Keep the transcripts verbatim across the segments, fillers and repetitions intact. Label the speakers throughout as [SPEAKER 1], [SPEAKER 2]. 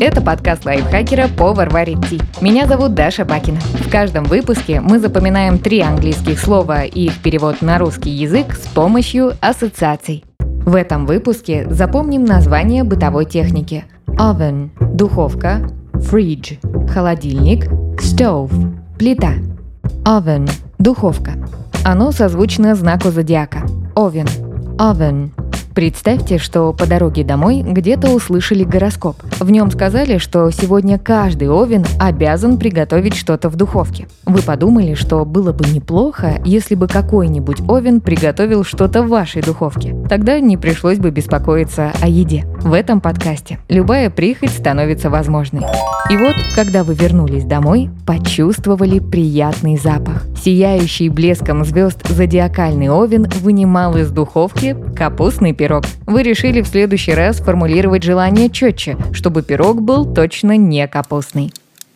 [SPEAKER 1] Это подкаст лайфхакера «Повар варит ти». Меня зовут Даша Бакина. В каждом выпуске мы запоминаем три английских слова и их перевод на русский язык с помощью ассоциаций. В этом выпуске запомним название бытовой техники: oven – духовка, fridge – холодильник, stove – плита. Oven – духовка. Оно созвучно знаку зодиака – Овен. Oven. Представьте, что по дороге домой где-то услышали гороскоп. В нем сказали, что сегодня каждый овен обязан приготовить что-то в духовке. Вы подумали, что было бы неплохо, если бы какой-нибудь овен приготовил что-то в вашей духовке. Тогда не пришлось бы беспокоиться о еде. В этом подкасте любая прихоть становится возможной. И вот, когда вы вернулись домой, почувствовали приятный запах. Сияющий блеском звезд зодиакальный овен вынимал из духовки капустный пирог. Вы решили в следующий раз формулировать желание четче, чтобы пирог был точно не капустный.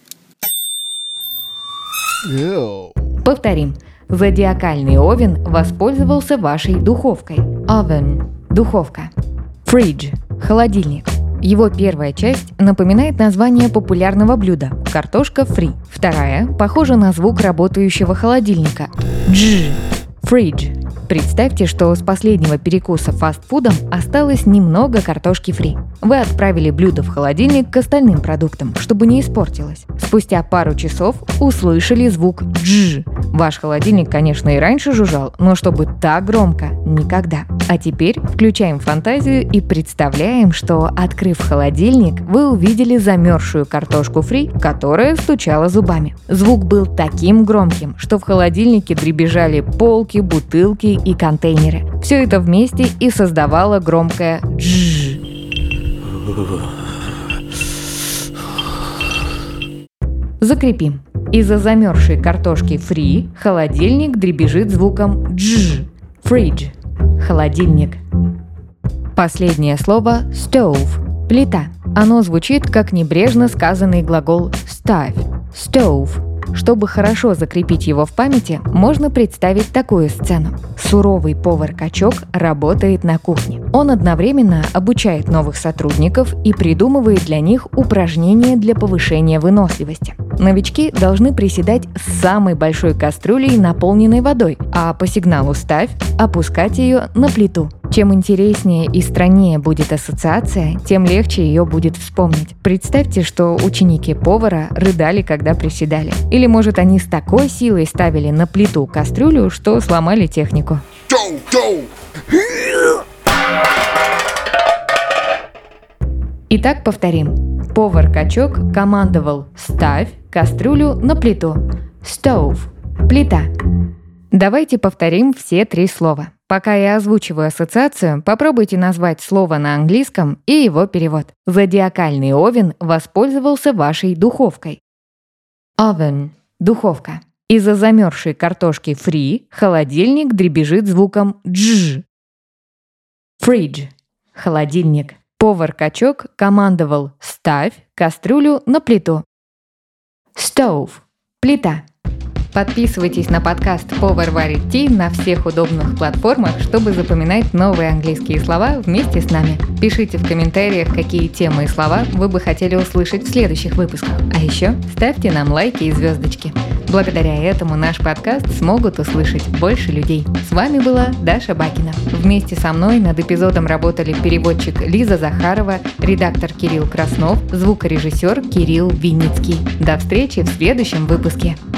[SPEAKER 2] Ew.
[SPEAKER 1] Повторим. Зодиакальный овен воспользовался вашей духовкой. Oven – духовка. Fridge – холодильник. Его первая часть напоминает название популярного блюда – картошка фри. Вторая похожа на звук работающего холодильника – дж – fridge. Представьте, что с последнего перекуса фастфудом осталось немного картошки фри. Вы отправили блюдо в холодильник к остальным продуктам, чтобы не испортилось. Спустя пару часов услышали звук «дж». Ваш холодильник, конечно, и раньше жужжал, но чтобы так громко – никогда. А теперь включаем фантазию и представляем, что, открыв холодильник, вы увидели замерзшую картошку фри, которая стучала зубами. Звук был таким громким, что в холодильнике дребезжали полки, бутылки и контейнеры. Все это вместе и создавало громкое «дж». Закрепим. Из-за замерзшей картошки фри холодильник дребезжит звуком «дж». Fridge – холодильник. Последнее слово stove – плита. Оно звучит как небрежно сказанный глагол ставь – stove. Чтобы хорошо закрепить его в памяти, можно представить такую сцену. Суровый повар-качок работает на кухне. Он одновременно обучает новых сотрудников и придумывает для них упражнения для повышения выносливости. Новички должны приседать с самой большой кастрюлей, наполненной водой, а по сигналу «ставь» опускать ее на плиту. Чем интереснее и страннее будет ассоциация, тем легче ее будет вспомнить. Представьте, что ученики повара рыдали, когда приседали. Или, может, они с такой силой ставили на плиту кастрюлю, что сломали технику. Итак, повторим. Повар-качок командовал «ставь кастрюлю на плиту». Stove – плита. Давайте повторим все три слова. Пока я озвучиваю ассоциацию, попробуйте назвать слово на английском и его перевод. Зодиакальный овен воспользовался вашей духовкой. Oven – духовка. Из-за замерзшей картошки фри холодильник дребезжит звуком «дж». Fridge – холодильник. Повар-качок командовал «ставь кастрюлю на плиту». Stove – плита. Подписывайтесь на подкаст «Повар варит ти» на всех удобных платформах, чтобы запоминать новые английские слова вместе с нами. Пишите в комментариях, какие темы и слова вы бы хотели услышать в следующих выпусках. А еще ставьте нам лайки и звездочки. Благодаря этому наш подкаст смогут услышать больше людей. С вами была Даша Бакина. Вместе со мной над эпизодом работали переводчик Лиза Захарова, редактор Кирилл Краснов, звукорежиссер Кирилл Винницкий. До встречи в следующем выпуске.